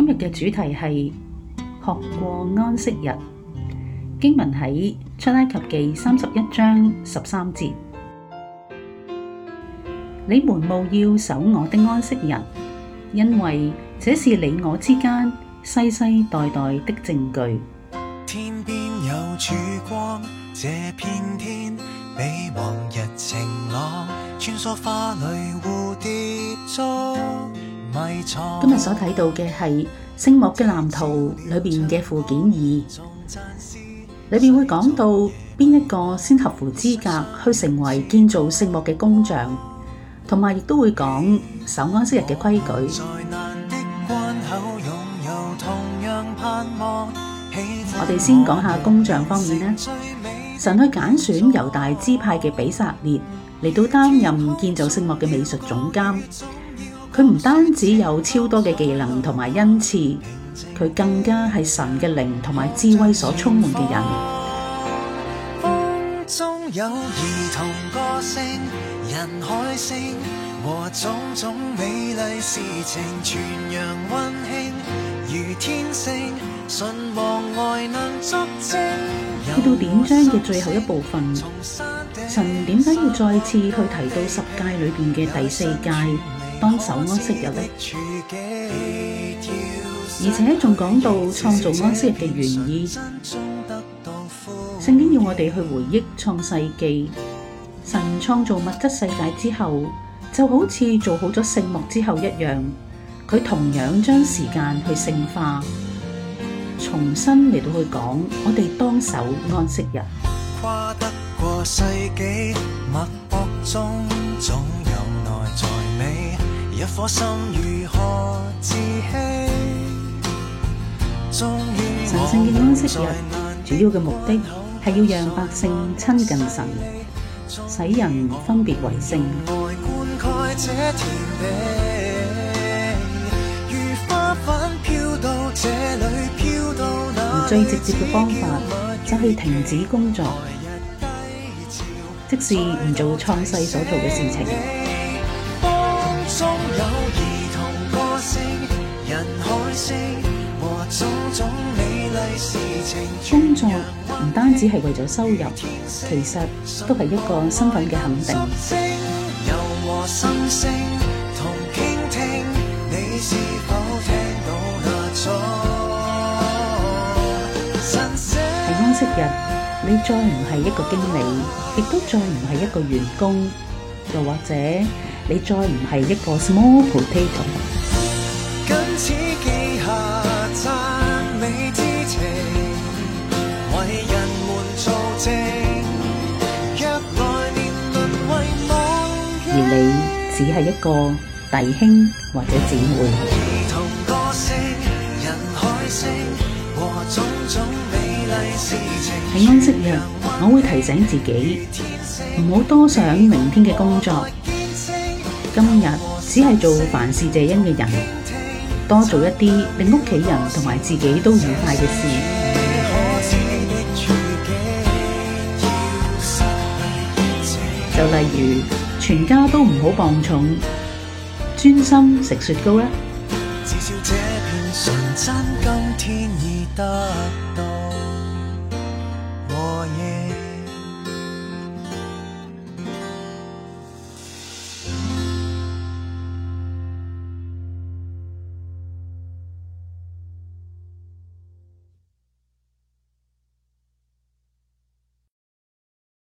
日嘅主題係學過安息日，經文喺出埃及記31章13節。你們務要守我的安息日，因為這是你我之間世世代代的證據。 天邊有曙光，這片天比往日晴朗，穿梭花裡蝴蝶捉迷藏。 今日所睇到嘅係聖幕嘅藍圖裏邊嘅附件2，裏邊會講到邊一個先合乎資格去成為建造聖幕嘅工匠，同埋亦都會講守安息日嘅規矩。我哋先講下工匠方面啦。神去揀選猶大支派嘅比撒列嚟到擔任建造聖幕嘅美術總監。佢唔單止有超多嘅技能同埋恩賜，佢更加係神嘅靈同埋智慧所充滿嘅人。 風中有兒童歌聲，人海聲和種種美麗事情，傳揚溫馨如天星，信望愛能作證。 去到典章嘅最後一部分，神點解要再次去提到十誡裏邊嘅第4誡當守安息日呢？而且仲講到創造安息日嘅原意。聖經要我哋去回憶創世記，神創造物質世界之後，就好似做好咗聖幕之後一樣，佢同樣將時間去聖化，重新嚟到去講我哋當守安息日。 跨得過世紀，脈搏中總有內在美，一顆心如何自欺。 神聖嘅安息日主要嘅目的係要讓百姓親近神，使人分別為聖。而最直接嘅方法就係停止工作，即使唔做創世所做嘅事情。工作唔單止係為咗收入，其實都係一個身份嘅肯定。喺安息日，你再唔係一個經理，亦都再唔係一個員工，又或者你再唔係一個 small potato。而你只係一個弟兄或者姊妹。喺安息日，我會提醒自己唔好多想明天嘅工作，今日只係做凡事謝恩嘅人，多做一啲令屋企人同埋自己都愉快嘅事。就例如全家都唔好磅重，專心食雪糕啦。至少這片純真今天已得到